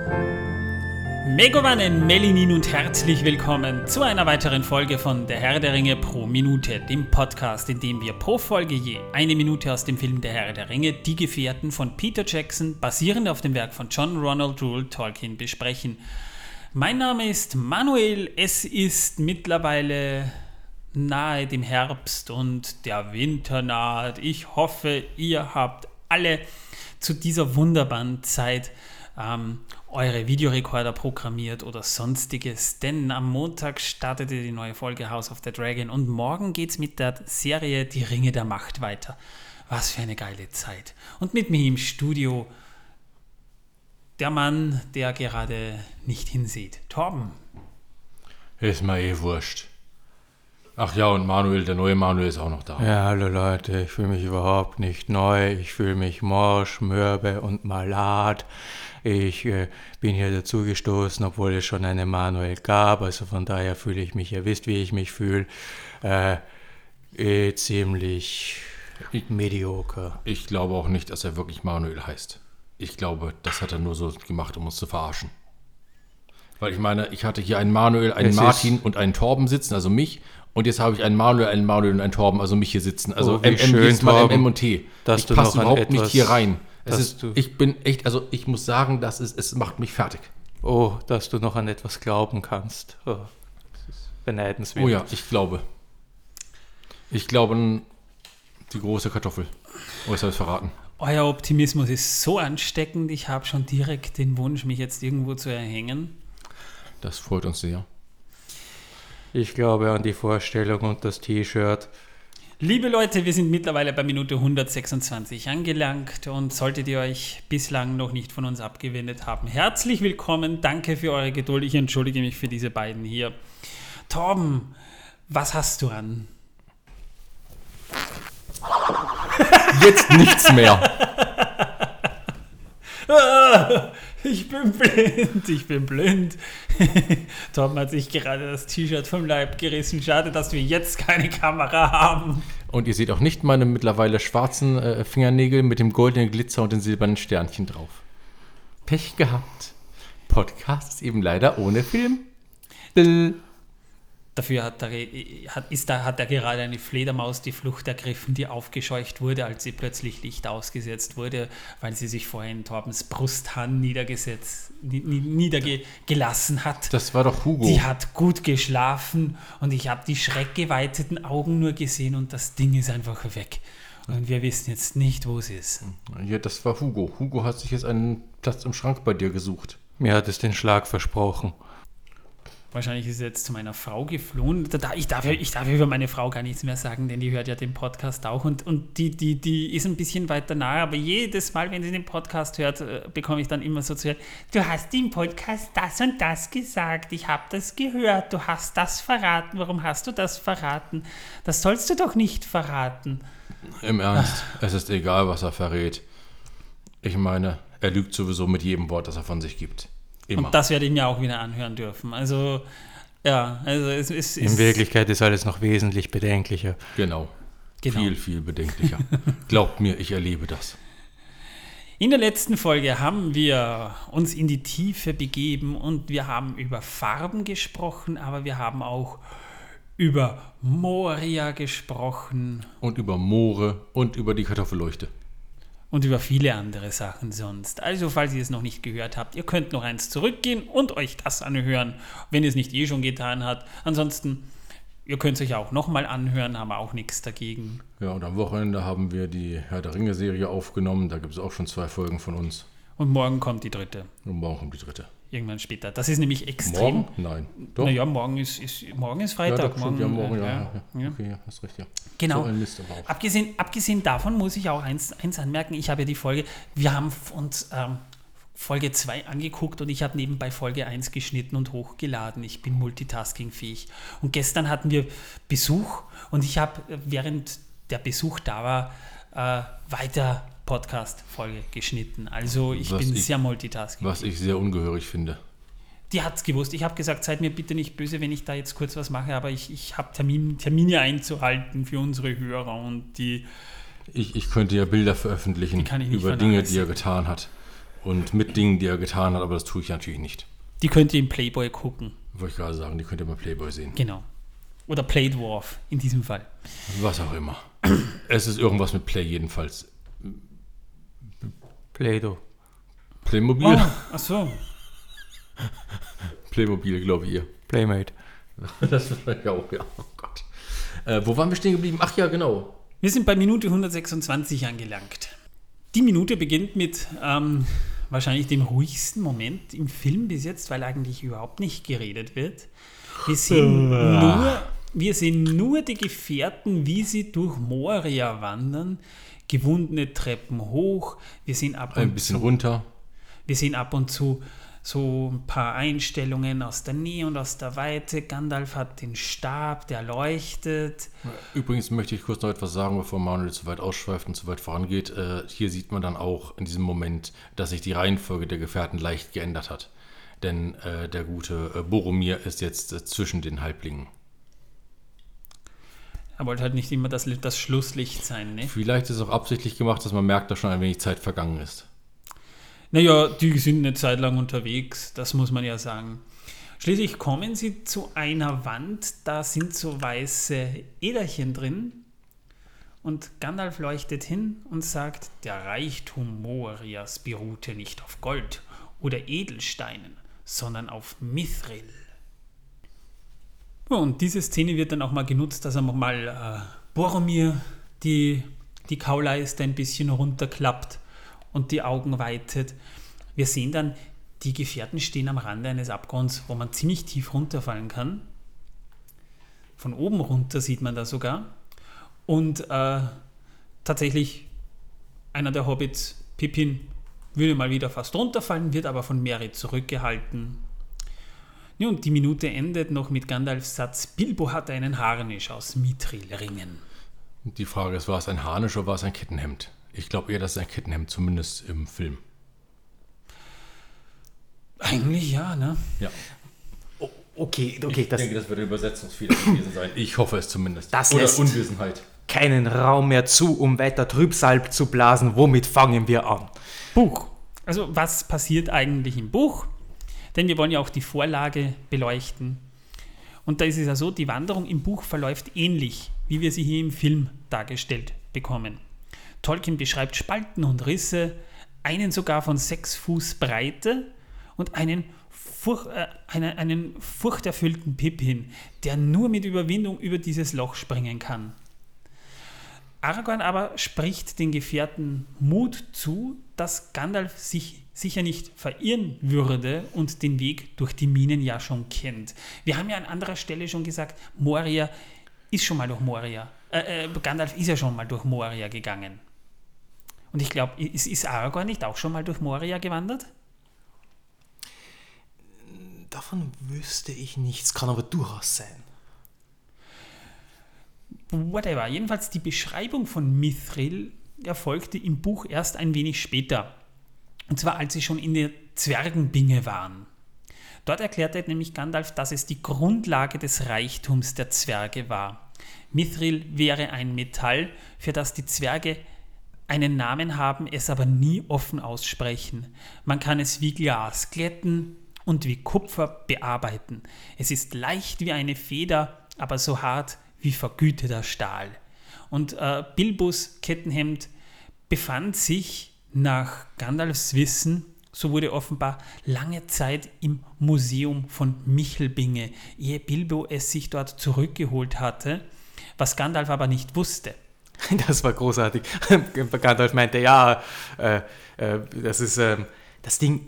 Megowannen, Melinin und herzlich willkommen zu einer weiteren Folge von Der Herr der Ringe pro Minute, dem Podcast, in dem wir pro Folge je eine Minute aus dem Film Der Herr der Ringe, Die Gefährten von Peter Jackson, basierend auf dem Werk von John Ronald Reuel Tolkien, besprechen. Mein Name ist Manuel, es ist mittlerweile nahe dem Herbst und der Winter naht. Ich hoffe, ihr habt alle zu dieser wunderbaren Zeit eure Videorekorder programmiert oder sonstiges, denn am Montag startete die neue Folge House of the Dragon und morgen geht's mit der Serie Die Ringe der Macht weiter. Was für eine geile Zeit. Und mit mir im Studio der Mann, der gerade nicht hinsieht. Torben. Ist mir eh wurscht. Ach ja, und Manuel, der neue Manuel ist auch noch da. Ja, hallo Leute, ich fühle mich überhaupt nicht neu. Ich fühle mich morsch, mürbe und malat. Ich bin hier dazugestoßen, obwohl es schon einen Manuel gab. Also von daher fühle ich mich, ihr wisst, wie ich mich fühle, ziemlich mediocre. Ich glaube auch nicht, dass er wirklich Manuel heißt. Ich glaube, das hat er nur so gemacht, um uns zu verarschen. Weil ich meine, ich hatte hier einen Manuel, einen Martin und einen Torben sitzen, also mich. Und jetzt habe ich einen Manuel und einen Torben, also mich hier sitzen. Also schön, mal M und T. Ich passe überhaupt nicht hier rein. Ich bin echt, also ich muss sagen, es macht mich fertig. Oh, dass du noch an etwas glauben kannst. Oh, das ist beneidenswert. Oh ja, ich glaube. Ich glaube an die große Kartoffel. Oh, ich soll es verraten. Euer Optimismus ist so ansteckend, ich habe schon direkt den Wunsch, mich jetzt irgendwo zu erhängen. Das freut uns sehr. Ich glaube an die Vorstellung und das T-Shirt. Liebe Leute, wir sind mittlerweile bei Minute 126 angelangt und solltet ihr euch bislang noch nicht von uns abgewendet haben, herzlich willkommen, danke für eure Geduld, ich entschuldige mich für diese beiden hier. Torben, was hast du an? Jetzt nichts mehr. Ich bin blind. Torben hat sich gerade das T-Shirt vom Leib gerissen. Schade, dass wir jetzt keine Kamera haben. Und ihr seht auch nicht meine mittlerweile schwarzen Fingernägel mit dem goldenen Glitzer und den silbernen Sternchen drauf. Pech gehabt. Podcast ist eben leider ohne Film. Dafür hat er gerade eine Fledermaus die Flucht ergriffen, die aufgescheucht wurde, als sie plötzlich Licht ausgesetzt wurde, weil sie sich vorher in Torbens Brusthahn niedergelassen hat. Das war doch Hugo. Die hat gut geschlafen und ich habe die schreckgeweiteten Augen nur gesehen und das Ding ist einfach weg. Und wir wissen jetzt nicht, wo es ist. Ja, das war Hugo. Hugo hat sich jetzt einen Platz im Schrank bei dir gesucht. Mir hat es den Schlag versprochen. Wahrscheinlich ist er jetzt zu meiner Frau geflohen. Ich darf über meine Frau gar nichts mehr sagen, denn die hört ja den Podcast auch. Und die ist ein bisschen weiter nahe, aber jedes Mal, wenn sie den Podcast hört, bekomme ich dann immer so zu hören, du hast im Podcast das und das gesagt, ich habe das gehört, du hast das verraten, warum hast du das verraten? Das sollst du doch nicht verraten. Im Ernst, es ist egal, was er verrät. Ich meine, er lügt sowieso mit jedem Wort, das er von sich gibt. Immer. Und das werde ich mir auch wieder anhören dürfen. Also, ja, also es ist... In Wirklichkeit ist alles noch wesentlich bedenklicher. Genau. Viel, viel bedenklicher. Glaubt mir, ich erlebe das. In der letzten Folge haben wir uns in die Tiefe begeben und wir haben über Farben gesprochen, aber wir haben auch über Moria gesprochen. Und über Moore und über die Kartoffelleuchte. Und über viele andere Sachen sonst. Also, falls ihr es noch nicht gehört habt, ihr könnt noch eins zurückgehen und euch das anhören, wenn ihr es nicht eh schon getan habt. Ansonsten, ihr könnt es euch auch nochmal anhören, haben wir auch nichts dagegen. Ja, und am Wochenende haben wir die Herr der Ringe-Serie aufgenommen. Da gibt es auch schon 2 Folgen von uns. Und morgen kommt die 3. Und morgen kommt die 3. Irgendwann später. Das ist nämlich extrem. Morgen? Nein. Doch. Naja, morgen ist Freitag. Ja, doch, morgen, ja. Okay, ja, hast recht, ja. Genau. So ein Mist aber auch. Abgesehen davon muss ich auch eins anmerken. Ich habe ja die Folge, wir haben uns Folge 2 angeguckt und ich habe nebenbei Folge 1 geschnitten und hochgeladen. Ich bin multitaskingfähig. Und gestern hatten wir Besuch und ich habe, während der Besuch da war, weiter Podcast-Folge geschnitten. Also ich bin sehr multitasking. Was ich sehr ungehörig finde. Die hat es gewusst. Ich habe gesagt, seid mir bitte nicht böse, wenn ich da jetzt kurz was mache, aber ich habe Termine einzuhalten für unsere Hörer und die... Ich könnte ja Bilder veröffentlichen über Dinge, die er getan hat. und mit Dingen, die er getan hat, aber das tue ich natürlich nicht. Die könnt ihr im Playboy gucken. Wollte ich gerade sagen, die könnt ihr mal Playboy sehen. Genau. Oder Play Dwarf in diesem Fall. Was auch immer. Es ist irgendwas mit Play jedenfalls. Play-Doh. Playmobil? Oh, ach so. Playmobil, glaube ich, ihr. Playmate. Das war ja auch, ja. Oh Gott. Wo waren wir stehen geblieben? Ach ja, genau. Wir sind bei Minute 126 angelangt. Die Minute beginnt mit wahrscheinlich dem ruhigsten Moment im Film bis jetzt, weil eigentlich überhaupt nicht geredet wird. Wir sehen nur die Gefährten, wie sie durch Moria wandern, gewundene Treppen hoch, wir sehen ab Ein bisschen runter. Wir sehen ab und zu so ein paar Einstellungen aus der Nähe und aus der Weite. Gandalf hat den Stab, der leuchtet. Übrigens möchte ich kurz noch etwas sagen, bevor Manuel zu weit ausschweift und zu weit vorangeht. Hier sieht man dann auch in diesem Moment, dass sich die Reihenfolge der Gefährten leicht geändert hat. Denn der gute Boromir ist jetzt zwischen den Halblingen. Er wollte halt nicht immer das Schlusslicht sein, ne? Vielleicht ist es auch absichtlich gemacht, dass man merkt, dass schon ein wenig Zeit vergangen ist. Naja, die sind eine Zeit lang unterwegs, das muss man ja sagen. Schließlich kommen sie zu einer Wand, da sind so weiße Äderchen drin und Gandalf leuchtet hin und sagt, der Reichtum Morias beruhte nicht auf Gold oder Edelsteinen, sondern auf Mithril. Ja, und diese Szene wird dann auch mal genutzt, dass er mal Boromir die Kauleiste ein bisschen runterklappt und die Augen weitet. Wir sehen dann, die Gefährten stehen am Rande eines Abgrunds, wo man ziemlich tief runterfallen kann. Von oben runter sieht man das sogar. Und tatsächlich, einer der Hobbits, Pippin, würde mal wieder fast runterfallen, wird aber von Merry zurückgehalten. Ja, und die Minute endet noch mit Gandalfs Satz, Bilbo hatte einen Harnisch aus Mithril-Ringen. Die Frage ist, war es ein Harnisch oder war es ein Kettenhemd? Ich glaube eher, das ist ein Kettenhemd, zumindest im Film. Eigentlich ja, ne? Ja. Okay, Ich denke, das wird ein Übersetzungsfehler gewesen sein. Ich hoffe es zumindest. Das oder lässt Unwissenheit. keinen Raum mehr zu, um weiter Trübsal zu blasen. Womit fangen wir an? Buch. Also was passiert eigentlich im Buch? Denn wir wollen ja auch die Vorlage beleuchten. Und da ist es ja so, die Wanderung im Buch verläuft ähnlich, wie wir sie hier im Film dargestellt bekommen. Tolkien beschreibt Spalten und Risse, einen sogar von 6 Fuß Breite und einen furchterfüllten Pippin, der nur mit Überwindung über dieses Loch springen kann. Aragorn aber spricht den Gefährten Mut zu, dass Gandalf sich sicher nicht verirren würde und den Weg durch die Minen ja schon kennt. Wir haben ja an anderer Stelle schon gesagt, Moria ist schon mal durch Moria. Gandalf ist ja schon mal durch Moria gegangen. Und ich glaube, ist Aragorn nicht auch schon mal durch Moria gewandert? Davon wüsste ich nichts, kann aber durchaus sein. Whatever. Jedenfalls die Beschreibung von Mithril erfolgte im Buch erst ein wenig später. Und zwar, als sie schon in der Zwergenbinge waren. Dort erklärte nämlich Gandalf, dass es die Grundlage des Reichtums der Zwerge war. Mithril wäre ein Metall, für das die Zwerge einen Namen haben, es aber nie offen aussprechen. Man kann es wie Glas glätten und wie Kupfer bearbeiten. Es ist leicht wie eine Feder, aber so hart wie vergüteter Stahl. Und Bilbos Kettenhemd befand sich nach Gandalfs Wissen, so wurde offenbar lange Zeit im Museum von Michelbinge, ehe Bilbo es sich dort zurückgeholt hatte, was Gandalf aber nicht wusste. Das war großartig. Gandalf meinte, ja, das ist das Ding.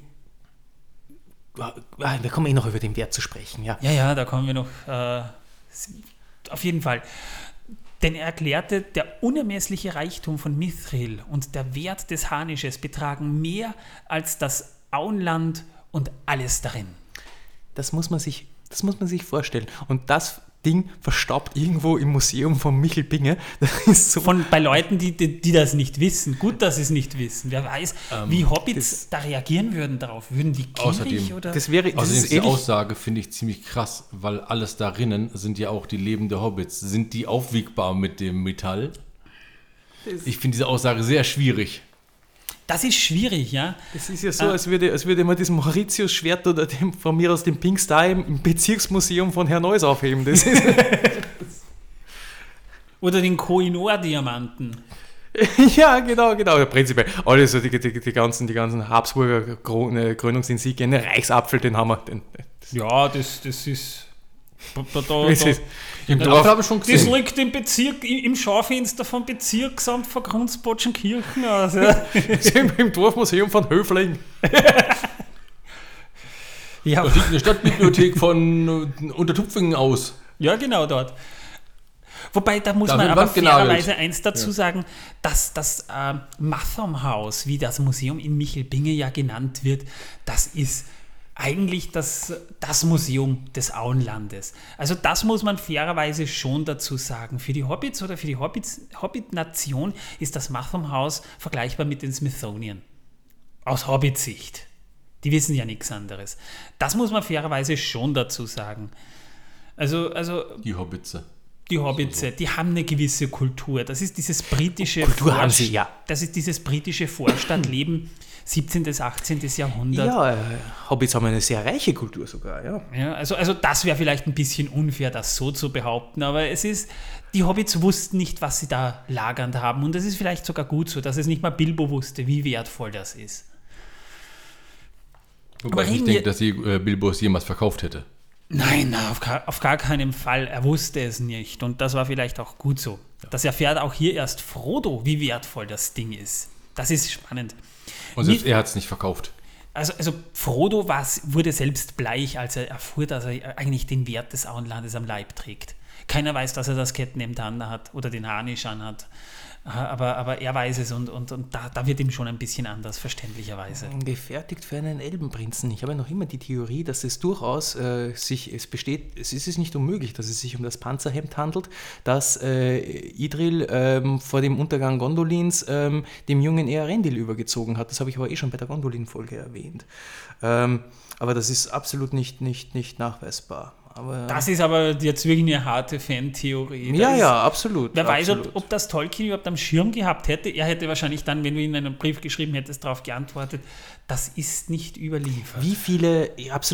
Wir kommen noch über den Wert zu sprechen, ja. Ja, da kommen wir noch. Auf jeden Fall. Denn er erklärte, der unermessliche Reichtum von Mithril und der Wert des Harnisches betragen mehr als das Auenland und alles darin. Das muss man sich vorstellen. Und das Ding verstaubt irgendwo im Museum von Michelbinge. Das ist so bei Leuten, die das nicht wissen. Gut, dass sie es nicht wissen. Wer weiß, wie Hobbits da reagieren würden darauf. Würden die gierig oder? Diese Aussage finde ich ziemlich krass, weil alles darinnen sind ja auch die Leben der Hobbits. Sind die aufwiegbar mit dem Metall? Ich finde diese Aussage sehr schwierig. Das ist schwierig, ja. Das ist ja so, als würde man das Mauritius-Schwert oder von mir aus dem Pink Star im Bezirksmuseum von Herrn-Neuss aufheben. Das ist Oder den Koh-i-Noor-Diamanten. Ja, genau. Prinzipiell. Alle so die ganzen Habsburger Gründungsinsignien, den Reichsapfel, den haben wir. Ja, das ist... Im Dorf habe ich schon Das gesehen. liegt im Bezirk, im Schaufenster vom Bezirksamt von Grunzbotschenkirchen aus. Im Dorfmuseum von Höfling. Ja. Da sieht eine Stadtbibliothek von Untertupfingen aus. Ja, genau dort. Wobei, da muss Da man wird aber Wand genagelt. fairerweise eins dazu sagen, dass das Mathom House, wie das Museum in Michelbinge ja genannt wird, das ist eigentlich das Museum des Auenlandes. Also das muss man fairerweise schon dazu sagen. Für die Hobbits oder für die Hobbit-Nation ist das Mathom House vergleichbar mit den Smithsonian. Aus Hobbit-Sicht. Die wissen ja nichts anderes. Das muss man fairerweise schon dazu sagen. Also Die Hobbitze. die Hobbits, die haben eine gewisse Kultur. Das ist dieses britische Kultur haben sie, ja. Das ist dieses britische Vorstadtleben 17. 18. Jahrhundert. Ja, Hobbits haben eine sehr reiche Kultur sogar, ja. Ja, also das wäre vielleicht ein bisschen unfair, das so zu behaupten, aber die Hobbits wussten nicht, was sie da lagernd haben und das ist vielleicht sogar gut so, dass es nicht mal Bilbo wusste, wie wertvoll das ist. Wobei ich nicht denke, dass sie Bilbo es jemals verkauft hätte. Nein, auf gar keinen Fall. Er wusste es nicht und das war vielleicht auch gut so. Das erfährt auch hier erst Frodo, wie wertvoll das Ding ist. Das ist spannend. Und selbst er hat es nicht verkauft. Also Frodo wurde selbst bleich, als er erfuhr, dass er eigentlich den Wert des Auenlandes am Leib trägt. Keiner weiß, dass er das Kettenhemd anhat oder den Harnisch anhat. Aber er weiß es und da wird ihm schon ein bisschen anders, verständlicherweise. Gefertigt für einen Elbenprinzen. Ich habe ja noch immer die Theorie, dass es durchaus es ist nicht unmöglich, dass es sich um das Panzerhemd handelt, das Idril vor dem Untergang Gondolins dem jungen Eärendil übergezogen hat. Das habe ich aber schon bei der Gondolin-Folge erwähnt. Aber das ist absolut nicht nachweisbar. Aber Das ist aber jetzt wirklich eine harte Fantheorie. ja, absolut. Wer weiß, absolut. ob das Tolkien überhaupt am Schirm gehabt hätte. Er hätte wahrscheinlich dann, wenn du ihm einen Brief geschrieben hättest, darauf geantwortet, das ist nicht überliefert. Wie viele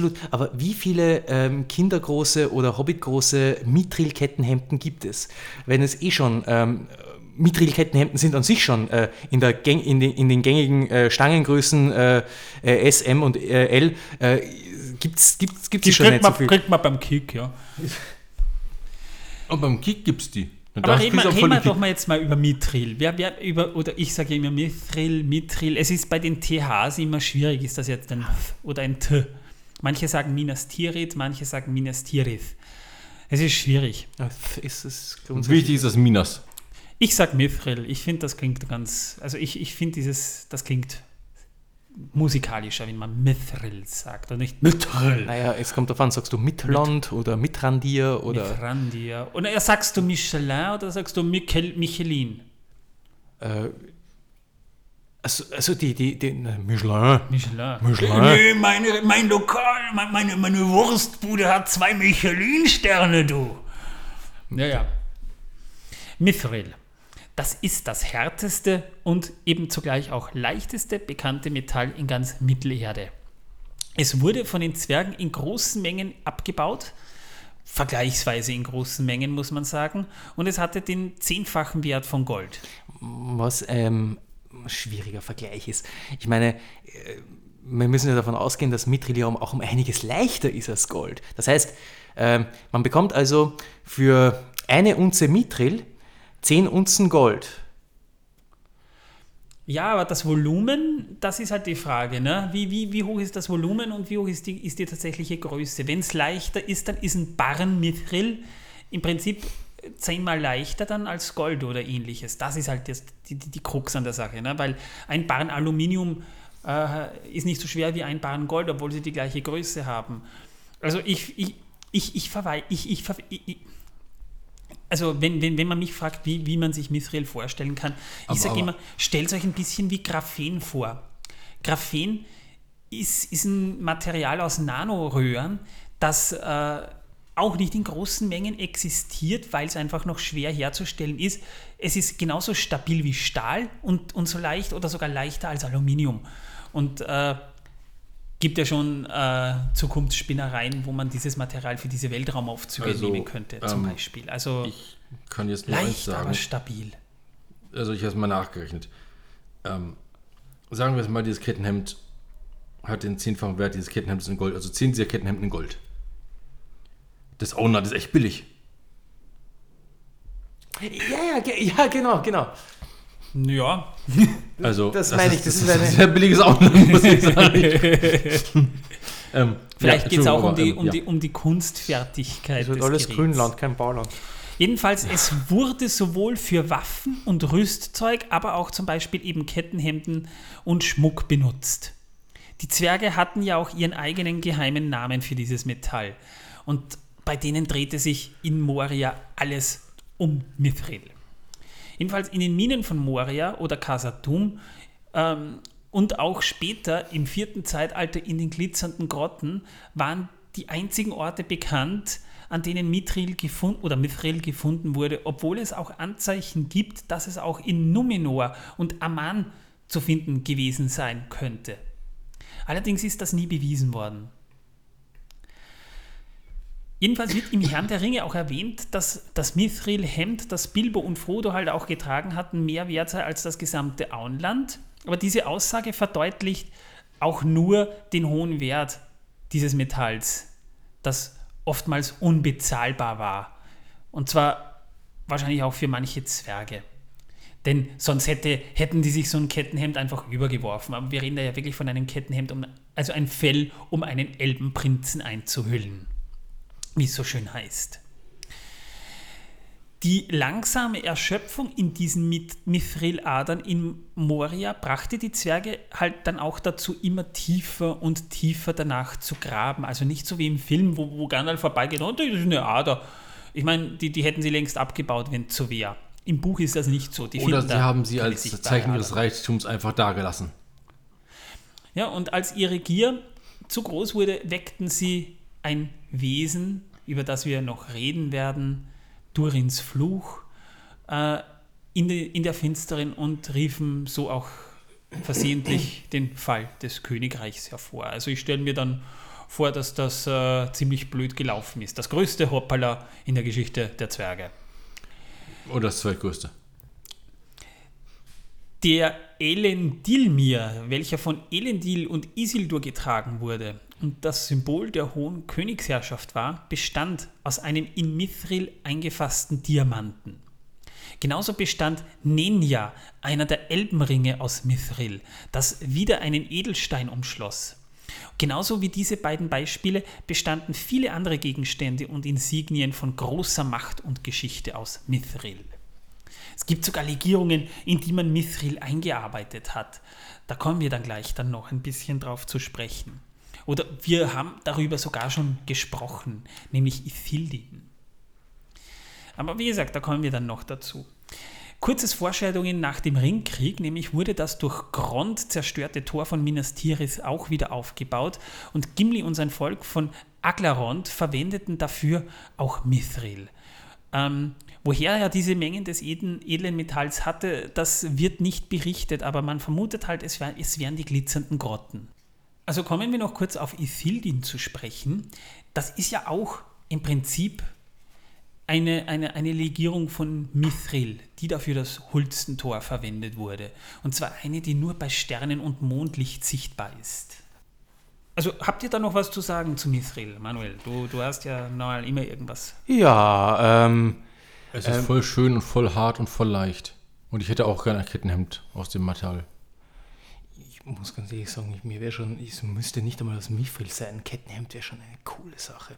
kindergroße oder hobbitgroße Mithril-Kettenhemden gibt es? Wenn es schon Mithril-Kettenhemden sind an sich schon in den gängigen Stangengrößen S, M und L gibt's schon nicht so viel. Kriegt man beim Kick, ja. Und beim Kick gibt es die. Und Aber da reden spielst du wir voll die doch mal jetzt mal über Mithril. Oder ich sage immer Mithril. Es ist bei den THs immer schwierig, ist das jetzt ein oder ein T. Manche sagen Minas Tirith, manche sagen Minas Tirith. Es ist schwierig. Ist es Wichtig ist das Minas. Ich sag Mithril. Ich finde, das klingt ganz... Also ich finde das klingt musikalischer, wenn man Mithril sagt und nicht Mithril. Naja, es kommt davon, sagst du Mitland oder Mitrandir oder... Mitrandir. Und sagst du Michelin oder sagst du Michelin? Also die Michelin. Nee, mein Lokal, meine Wurstbude hat 2 Michelin-Sterne, du. Ja. Mithril. Das ist das härteste und eben zugleich auch leichteste bekannte Metall in ganz Mittelerde. Es wurde von den Zwergen in großen Mengen abgebaut, vergleichsweise in großen Mengen, muss man sagen, und es hatte den 10-fachen Wert von Gold. Was schwieriger Vergleich ist. Ich meine, wir müssen ja davon ausgehen, dass Mithrilium auch um einiges leichter ist als Gold. Das heißt, man bekommt also für eine Unze Mithril 10 Unzen Gold. Ja, aber das Volumen, das ist halt die Frage. Ne? Wie hoch ist das Volumen und wie hoch ist die tatsächliche Größe? Wenn es leichter ist, dann ist ein Barren Mithril im Prinzip 10-mal leichter dann als Gold oder ähnliches. Das ist halt die Krux an der Sache. Ne? Weil ein Barren Aluminium ist nicht so schwer wie ein Barren Gold, obwohl sie die gleiche Größe haben. Also also wenn man mich fragt, wie man sich Mithril vorstellen kann, ich sage immer, stellt euch ein bisschen wie Graphen vor. Graphen ist ein Material aus Nanoröhren, das auch nicht in großen Mengen existiert, weil es einfach noch schwer herzustellen ist. Es ist genauso stabil wie Stahl und so leicht oder sogar leichter als Aluminium. Und gibt ja schon Zukunftsspinnereien, wo man dieses Material für diese Weltraumaufzüge nehmen könnte, zum Beispiel. Also ich kann jetzt nur leicht, sagen, aber stabil. Also ich habe es mal nachgerechnet. Sagen wir es mal, dieses Kettenhemd hat den 10-fachen Wert dieses Kettenhemds in Gold, also 10 dieser Kettenhemden in Gold. Das Owner, das ist echt billig. Ja, genau. Ja. Also, das meine ich, das ist eine... ein sehr billiges Owner, muss ich sagen. Vielleicht geht es auch um die Kunstfertigkeit. Es wird des alles Geräts. Grünland, kein Bauland. Jedenfalls, es wurde sowohl für Waffen und Rüstzeug, aber auch zum Beispiel eben Kettenhemden und Schmuck benutzt. Die Zwerge hatten ja auch ihren eigenen geheimen Namen für dieses Metall. Und bei denen drehte sich in Moria alles um Mithril. Jedenfalls in den Minen von Moria oder Khazad-dûm und auch später im 4. Zeitalter in den glitzernden Grotten waren die einzigen Orte bekannt, an denen Mithril gefunden wurde, obwohl es auch Anzeichen gibt, dass es auch in Numenor und Aman zu finden gewesen sein könnte. Allerdings ist das nie bewiesen worden. Jedenfalls wird im Herrn der Ringe auch erwähnt, dass das Mithril-Hemd, das Bilbo und Frodo halt auch getragen hatten, mehr wert sei als das gesamte Auenland. Aber diese Aussage verdeutlicht auch nur den hohen Wert dieses Metalls, das oftmals unbezahlbar war. Und zwar wahrscheinlich auch für manche Zwerge. Denn sonst hätten die sich so ein Kettenhemd einfach übergeworfen. Aber wir reden da ja wirklich von einem Kettenhemd, also ein Fell, um einen Elbenprinzen einzuhüllen, wie es so schön heißt. Die langsame Erschöpfung in diesen Mithril-Adern in Moria brachte die Zwerge halt dann auch dazu, immer tiefer und tiefer danach zu graben. Also nicht so wie im Film, wo Gandalf vorbeigeht, und das ist eine Ader. Ich meine, die hätten sie längst abgebaut, wenn es so wäre. Im Buch ist das nicht so. Oder sie haben sie als Zeichen ihres Reichtums einfach dagelassen. Ja, und als ihre Gier zu groß wurde, weckten sie ein Wesen, über das wir noch reden werden, Durins Fluch, in der Finsteren und riefen so auch versehentlich den Fall des Königreichs hervor. Also ich stelle mir dann vor, dass das ziemlich blöd gelaufen ist. Das größte Hoppala in der Geschichte der Zwerge. Oder das zweitgrößte. Der Elendilmir, welcher von Elendil und Isildur getragen wurde und das Symbol der hohen Königsherrschaft war, bestand aus einem in Mithril eingefassten Diamanten. Genauso bestand Nenya, einer der Elbenringe aus Mithril, das wieder einen Edelstein umschloss. Genauso wie diese beiden Beispiele bestanden viele andere Gegenstände und Insignien von großer Macht und Geschichte aus Mithril. Es gibt sogar Legierungen, in die man Mithril eingearbeitet hat. Da kommen wir dann gleich noch ein bisschen drauf zu sprechen. Oder wir haben darüber sogar schon gesprochen, nämlich Ithildin. Aber wie gesagt, da kommen wir dann noch dazu. Kurzes Foreshadowing nach dem Ringkrieg, nämlich wurde das durch Grond zerstörte Tor von Minas Tirith auch wieder aufgebaut und Gimli und sein Volk von Aglarond verwendeten dafür auch Mithril. Woher er diese Mengen des edlen Metalls hatte, das wird nicht berichtet, aber man vermutet halt, es wären die glitzernden Grotten. Also kommen wir noch kurz auf Ithildin zu sprechen. Das ist ja auch im Prinzip eine Legierung von Mithril, die dafür das Hulstentor verwendet wurde. Und zwar eine, die nur bei Sternen- und Mondlicht sichtbar ist. Also habt ihr da noch was zu sagen zu Mithril, Manuel? Du hast ja normal immer irgendwas. Ja, es ist voll schön und voll hart und voll leicht. Und ich hätte auch gerne ein Kettenhemd aus dem Material. ich muss ganz ehrlich sagen, es müsste nicht einmal aus Mithril sein. Ein Kettenhemd wäre schon eine coole Sache.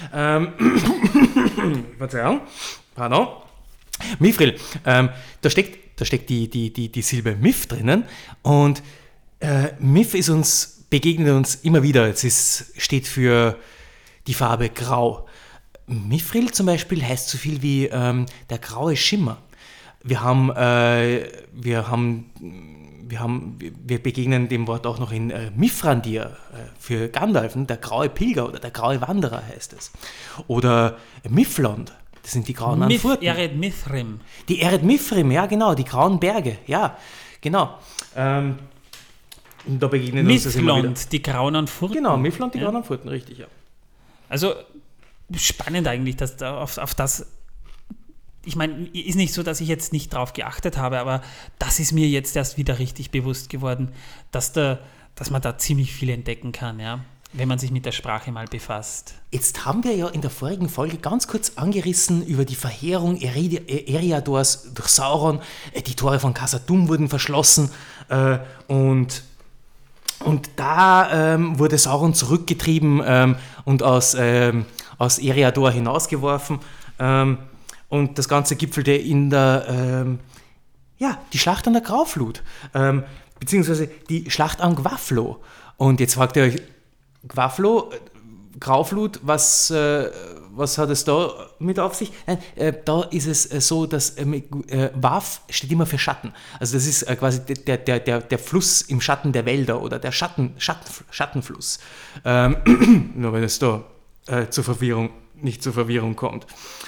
Verzeihung. Pardon. Mithril. Da steckt die Silbe Mif drinnen. Und Mif begegnet uns immer wieder. Steht für die Farbe Grau. Mithril zum Beispiel heißt so viel wie der graue Schimmer. Wir begegnen dem Wort auch noch in Mithrandir für Gandalf, der graue Pilger oder der graue Wanderer heißt es. Oder Mithlond, das sind die grauen Anfurten. Ered Mithrim. Die Ered Mithrim, ja genau, die grauen Berge, ja, genau. Und da begegnen uns das immer wieder. Mithlond, die grauen Anfurten. Genau, Mithlond, die grauen Anfurten, richtig, ja. Also spannend eigentlich, dass da auf das... Ich meine, ist nicht so, dass ich jetzt nicht drauf geachtet habe, aber das ist mir jetzt erst wieder richtig bewusst geworden, dass man da ziemlich viel entdecken kann, ja, wenn man sich mit der Sprache mal befasst. Jetzt haben wir ja in der vorigen Folge ganz kurz angerissen über die Verheerung Eriadors durch Sauron. Die Tore von Khazad-dûm wurden verschlossen und da wurde Sauron zurückgetrieben und aus Eriador hinausgeworfen. Und das Ganze gipfelte in die Schlacht an der Grauflut, beziehungsweise die Schlacht am Gwaflo. Und jetzt fragt ihr euch, Gwaflo, Grauflut, was hat es da mit auf sich? Nein, da ist es so, dass Waf steht immer für Schatten. Also das ist quasi der Fluss im Schatten der Wälder oder der Schattenfluss. Nur wenn es da nicht zur Verwirrung kommt.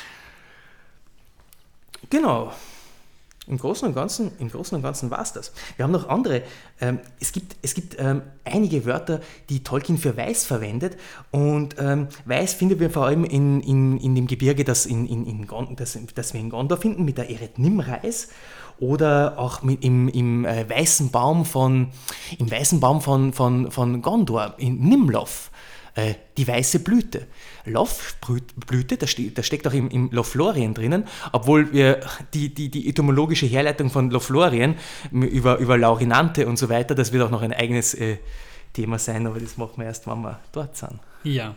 Genau. Im Großen und Ganzen war es das. Wir haben noch andere. Es gibt einige Wörter, die Tolkien für Weiß verwendet. Und Weiß finden wir vor allem in dem Gebirge, das wir in Gondor finden, mit der Ered Nimrais. Oder auch im weißen Baum von Gondor, in Nimloth. Die weiße Blüte. Lothlórien, da steckt auch im Lothlórien drinnen, obwohl wir die etymologische Herleitung von Lothlórien über Laurinante und so weiter, das wird auch noch ein eigenes Thema sein, aber das machen wir erst, wenn wir dort sind. Ja.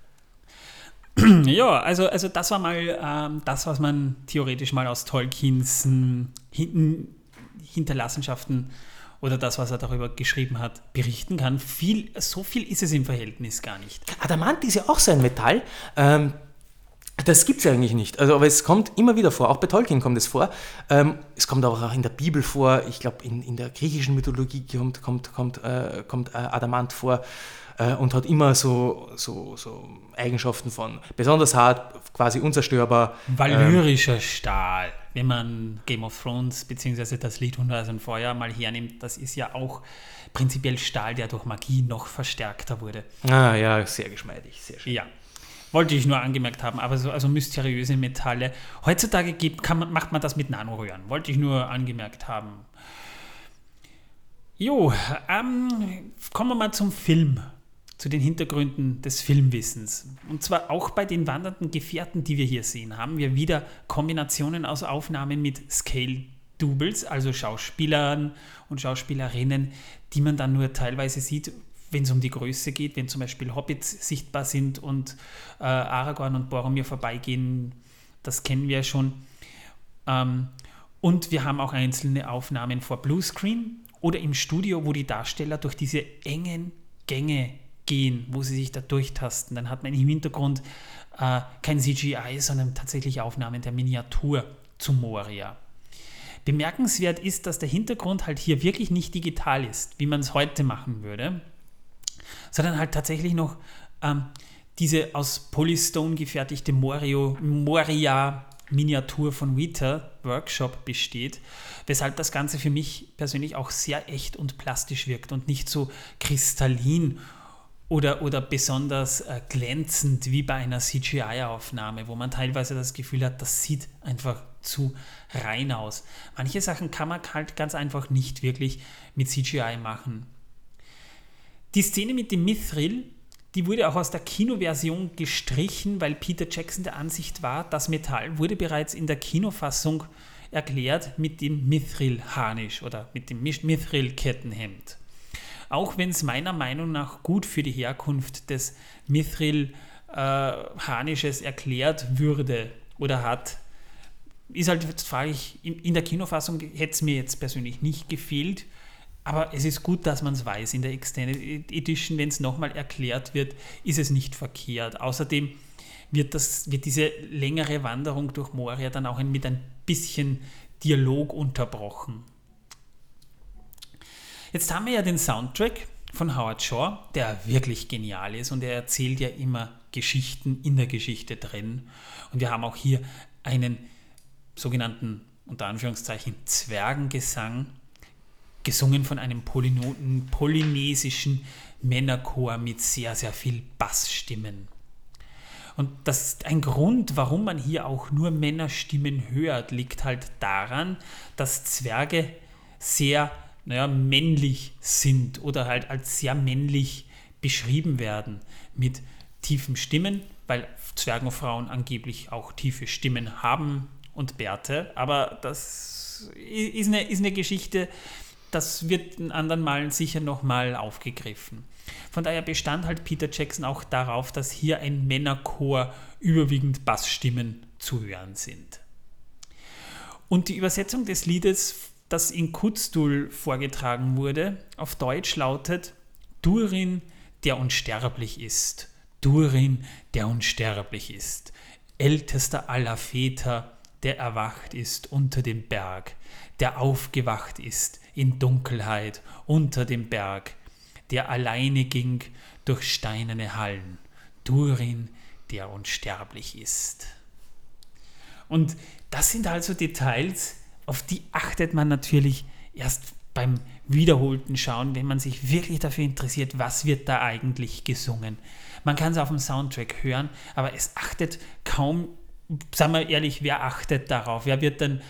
Ja, also das war mal das, was man theoretisch mal aus Tolkiens Hinterlassenschaften oder das, was er darüber geschrieben hat, berichten kann. So viel ist es im Verhältnis gar nicht. Adamant ist ja auch so ein Metall. Das gibt es ja eigentlich nicht. Also, aber es kommt immer wieder vor. Auch bei Tolkien kommt es vor. Es kommt aber auch in der Bibel vor. Ich glaube, in der griechischen Mythologie kommt Adamant vor und hat immer so Eigenschaften von besonders hart, quasi unzerstörbar. Valyrischer Stahl. Wenn man Game of Thrones bzw. das Lied 100 Feuer mal hernimmt, das ist ja auch prinzipiell Stahl, der durch Magie noch verstärkter wurde. Ah ja, sehr geschmeidig, sehr schön. Ja, wollte ich nur angemerkt haben, aber also mysteriöse Metalle. Heutzutage macht man das mit Nanoröhren, wollte ich nur angemerkt haben. Jo, kommen wir mal zum Film, zu den Hintergründen des Filmwissens. Und zwar auch bei den wandernden Gefährten, die wir hier sehen, haben wir wieder Kombinationen aus Aufnahmen mit Scale-Doubles, also Schauspielern und Schauspielerinnen, die man dann nur teilweise sieht, wenn es um die Größe geht, wenn zum Beispiel Hobbits sichtbar sind und Aragorn und Boromir vorbeigehen, das kennen wir schon. Und wir haben auch einzelne Aufnahmen vor Bluescreen oder im Studio, wo die Darsteller durch diese engen Gänge gehen, wo sie sich da durchtasten. Dann hat man im Hintergrund kein CGI, sondern tatsächlich Aufnahmen der Miniatur zu Moria. Bemerkenswert ist, dass der Hintergrund halt hier wirklich nicht digital ist, wie man es heute machen würde, sondern halt tatsächlich noch diese aus Polystone gefertigte Moria-Miniatur von Weta Workshop besteht, weshalb das Ganze für mich persönlich auch sehr echt und plastisch wirkt und nicht so kristallin oder besonders glänzend wie bei einer CGI-Aufnahme, wo man teilweise das Gefühl hat, das sieht einfach zu rein aus. Manche Sachen kann man halt ganz einfach nicht wirklich mit CGI machen. Die Szene mit dem Mithril, die wurde auch aus der Kinoversion gestrichen, weil Peter Jackson der Ansicht war, das Metall wurde bereits in der Kinofassung erklärt mit dem Mithril-Harnisch oder mit dem Mithril-Kettenhemd. Auch wenn es meiner Meinung nach gut für die Herkunft des Mithril-Harnisches erklärt würde oder hat, ist halt, jetzt frage ich, in der Kinofassung hätte es mir jetzt persönlich nicht gefehlt, aber es ist gut, dass man es weiß. In der Extended Edition, wenn es nochmal erklärt wird, ist es nicht verkehrt. Außerdem wird diese längere Wanderung durch Moria dann auch mit ein bisschen Dialog unterbrochen. Jetzt haben wir ja den Soundtrack von Howard Shore, der wirklich genial ist, und er erzählt ja immer Geschichten in der Geschichte drin. Und wir haben auch hier einen sogenannten, unter Anführungszeichen, Zwergengesang, gesungen von einem polynesischen Männerchor mit sehr, sehr viel Bassstimmen. Und das ist ein Grund, warum man hier auch nur Männerstimmen hört, liegt halt daran, dass Zwerge sehr männlich sind oder halt als sehr männlich beschrieben werden mit tiefen Stimmen, weil Zwergenfrauen angeblich auch tiefe Stimmen haben und Bärte, aber das ist eine Geschichte, das wird in anderen Malen sicher nochmal aufgegriffen. Von daher bestand halt Peter Jackson auch darauf, dass hier ein Männerchor überwiegend Bassstimmen zu hören sind. Und die Übersetzung des Liedes, das in Kuzdul vorgetragen wurde, auf Deutsch lautet: Durin, der unsterblich ist, Durin, der unsterblich ist, ältester aller Väter, der erwacht ist unter dem Berg, der aufgewacht ist in Dunkelheit unter dem Berg, der alleine ging durch steinerne Hallen, Durin, der unsterblich ist. Und das sind also Details, auf die achtet man natürlich erst beim wiederholten Schauen, wenn man sich wirklich dafür interessiert, was wird da eigentlich gesungen. Man kann es auf dem Soundtrack hören, aber es achtet kaum, sagen wir ehrlich, wer achtet darauf? Wer wird dann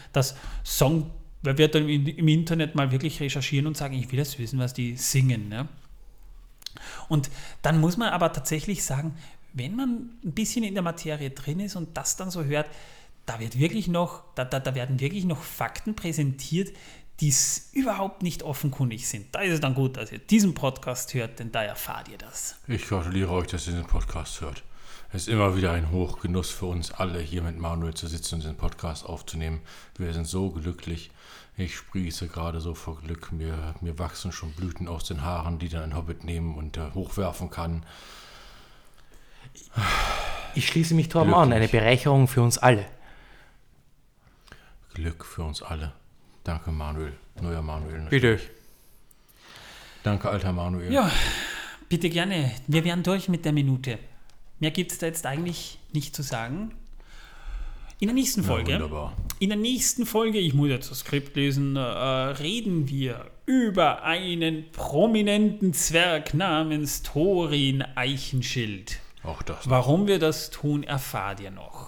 im Internet mal wirklich recherchieren und sagen, ich will jetzt wissen, was die singen. Ne? Und dann muss man aber tatsächlich sagen, wenn man ein bisschen in der Materie drin ist und das dann so hört, da werden wirklich noch Fakten präsentiert, die überhaupt nicht offenkundig sind. Da ist es dann gut, dass ihr diesen Podcast hört, denn da erfahrt ihr das. Ich gratuliere euch, dass ihr diesen Podcast hört. Es ist immer wieder ein Hochgenuss für uns alle, hier mit Manuel zu sitzen und diesen Podcast aufzunehmen. Wir sind so glücklich. Ich sprieße gerade so vor Glück. Mir wachsen schon Blüten aus den Haaren, die dann ein Hobbit nehmen und hochwerfen kann. Ich schließe mich Torben an. Eine Bereicherung für uns alle. Glück für uns alle. Danke, Manuel. Neuer Manuel. Bitte. Danke, alter Manuel. Ja, bitte gerne. Wir wären durch mit der Minute. Mehr gibt es da jetzt eigentlich nicht zu sagen. In der nächsten Folge, ich muss jetzt das Skript lesen, reden wir über einen prominenten Zwerg namens Thorin Eichenschild. Auch das. Warum wir das tun, erfahrt ihr noch.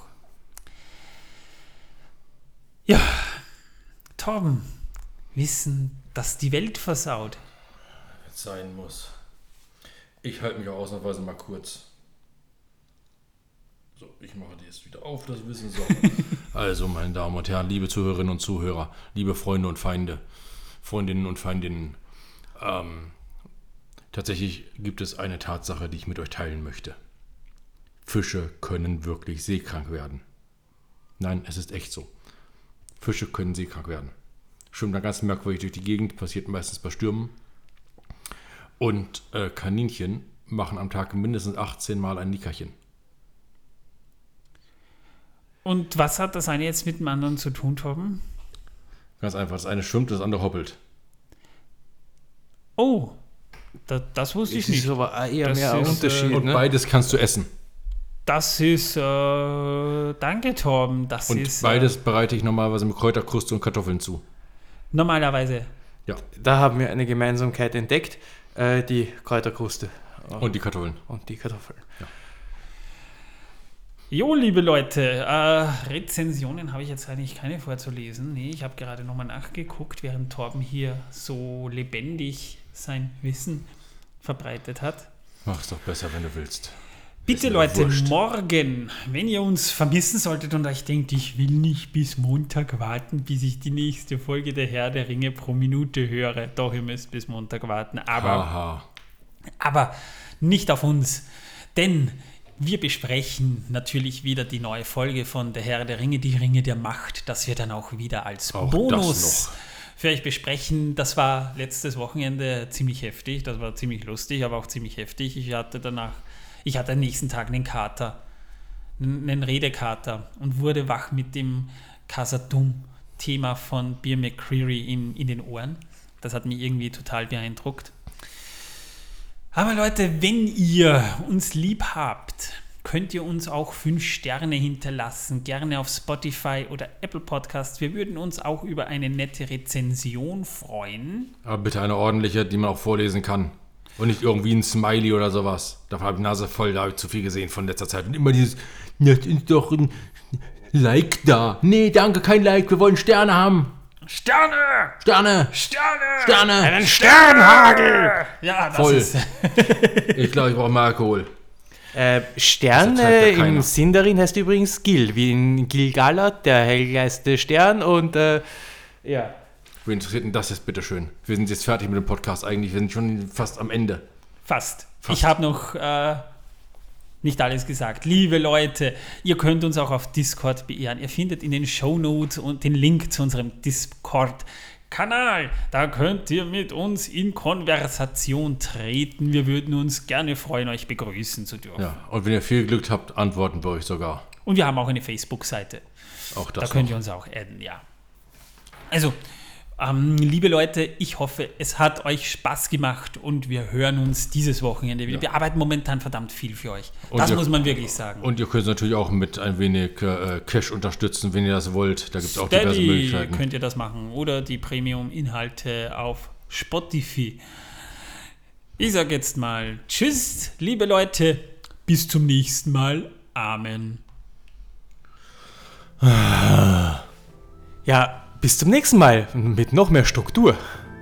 Ja, Torben, Wissen, das die Welt versaut. Jetzt sein muss. Ich halte mich auch ausnahmsweise mal kurz. So, ich mache die jetzt wieder auf, das Wissen so. Also, meine Damen und Herren, liebe Zuhörerinnen und Zuhörer, liebe Freunde und Feinde, Freundinnen und Feindinnen, tatsächlich gibt es eine Tatsache, die ich mit euch teilen möchte. Fische können wirklich seekrank werden. Nein, es ist echt so. Fische können seekrank werden. Schwimmen dann ganz merkwürdig durch die Gegend, passiert meistens bei Stürmen. Und Kaninchen machen am Tag mindestens 18 Mal ein Nickerchen. Und was hat das eine jetzt mit dem anderen zu tun, Torben? Ganz einfach, das eine schwimmt, das andere hoppelt. Oh, das wusste ich nicht. Das ist aber eher Das mehr ein ist, Unterschied. Und beides kannst du essen. Das ist, danke Torben, Und beides bereite ich normalerweise mit Kräuterkruste und Kartoffeln zu. Normalerweise. Ja. Da haben wir eine Gemeinsamkeit entdeckt, die Kräuterkruste. Und die Kartoffeln. Und die Kartoffeln. Ja. Jo, liebe Leute, Rezensionen habe ich jetzt eigentlich keine vorzulesen. Nee, ich habe gerade nochmal nachgeguckt, während Torben hier so lebendig sein Wissen verbreitet hat. Mach's doch besser, wenn du willst. Bitte Leute, morgen, wenn ihr uns vermissen solltet und euch denkt, ich will nicht bis Montag warten, bis ich die nächste Folge der Herr der Ringe pro Minute höre. Doch, ihr müsst bis Montag warten, aber nicht auf uns, denn wir besprechen natürlich wieder die neue Folge von der Herr der Ringe, die Ringe der Macht, das wir dann auch wieder als Bonus für euch besprechen. Das war letztes Wochenende ziemlich heftig, das war ziemlich lustig, aber auch ziemlich heftig. Ich hatte am nächsten Tag einen Kater, einen Redekater und wurde wach mit dem Khazad-dûm Thema von Bear McCreary in den Ohren. Das hat mich irgendwie total beeindruckt. Aber Leute, wenn ihr uns lieb habt, könnt ihr uns auch 5 Sterne hinterlassen, gerne auf Spotify oder Apple Podcasts. Wir würden uns auch über eine nette Rezension freuen. Aber bitte eine ordentliche, die man auch vorlesen kann. Und nicht irgendwie ein Smiley oder sowas. Dafür habe ich Nase voll, da habe ich zu viel gesehen von letzter Zeit. Und immer dieses, jetzt ist doch ein Like da. Nee, danke, kein Like, wir wollen Sterne haben. Sterne! Sterne! Sterne! Sterne! Einen Sternhagel! Ja, das Voll. ist... Ich glaube, ich brauche mal Alkohol. Sterne Das zeigt ja keiner. im Sindarin heißt übrigens Gil, wie in Gil-galad, der hellgeiste Stern und ja. Wie interessiert denn das jetzt bitteschön? Wir sind jetzt fertig mit dem Podcast eigentlich, wir sind schon fast am Ende. Fast. Ich habe noch nicht alles gesagt. Liebe Leute, ihr könnt uns auch auf Discord beehren. Ihr findet in den Shownotes und den Link zu unserem Discord-Kanal. Da könnt ihr mit uns in Konversation treten. Wir würden uns gerne freuen, euch begrüßen zu dürfen. Ja, und wenn ihr viel Glück habt, antworten wir euch sogar. Und wir haben auch eine Facebook-Seite. Auch Da das könnt noch. ihr uns auch adden, ja. Also, liebe Leute, ich hoffe, es hat euch Spaß gemacht und wir hören uns dieses Wochenende wieder. Ja. Wir arbeiten momentan verdammt viel für euch. Und Das ihr- muss man wirklich sagen. Und ihr könnt natürlich auch mit ein wenig Cash unterstützen, wenn ihr das wollt. Da gibt es auch diverse Steady Möglichkeiten. könnt ihr das machen oder die Premium-Inhalte auf Spotify. Ich sage jetzt mal Tschüss, liebe Leute, bis zum nächsten Mal. Amen. Ja, bis zum nächsten Mal mit noch mehr Struktur.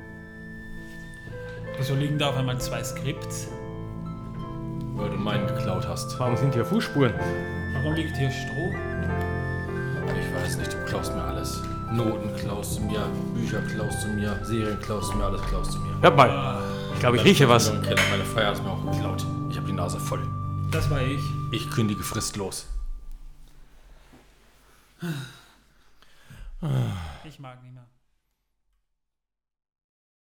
Wieso liegen da auf einmal 2 Skripts? Weil du meinen geklaut hast. Warum sind hier Fußspuren? Warum liegt hier Stroh? Ich weiß nicht, du klaust mir alles. Noten klaust du mir, Bücher klaust du mir, Serien klaust du mir, alles klaust du mir. Hört mal, ich glaube, ich rieche was. Meine Feier hat mir auch geklaut. Ich habe die Nase voll. Das war ich. Ich kündige fristlos. Ich mag nicht mehr.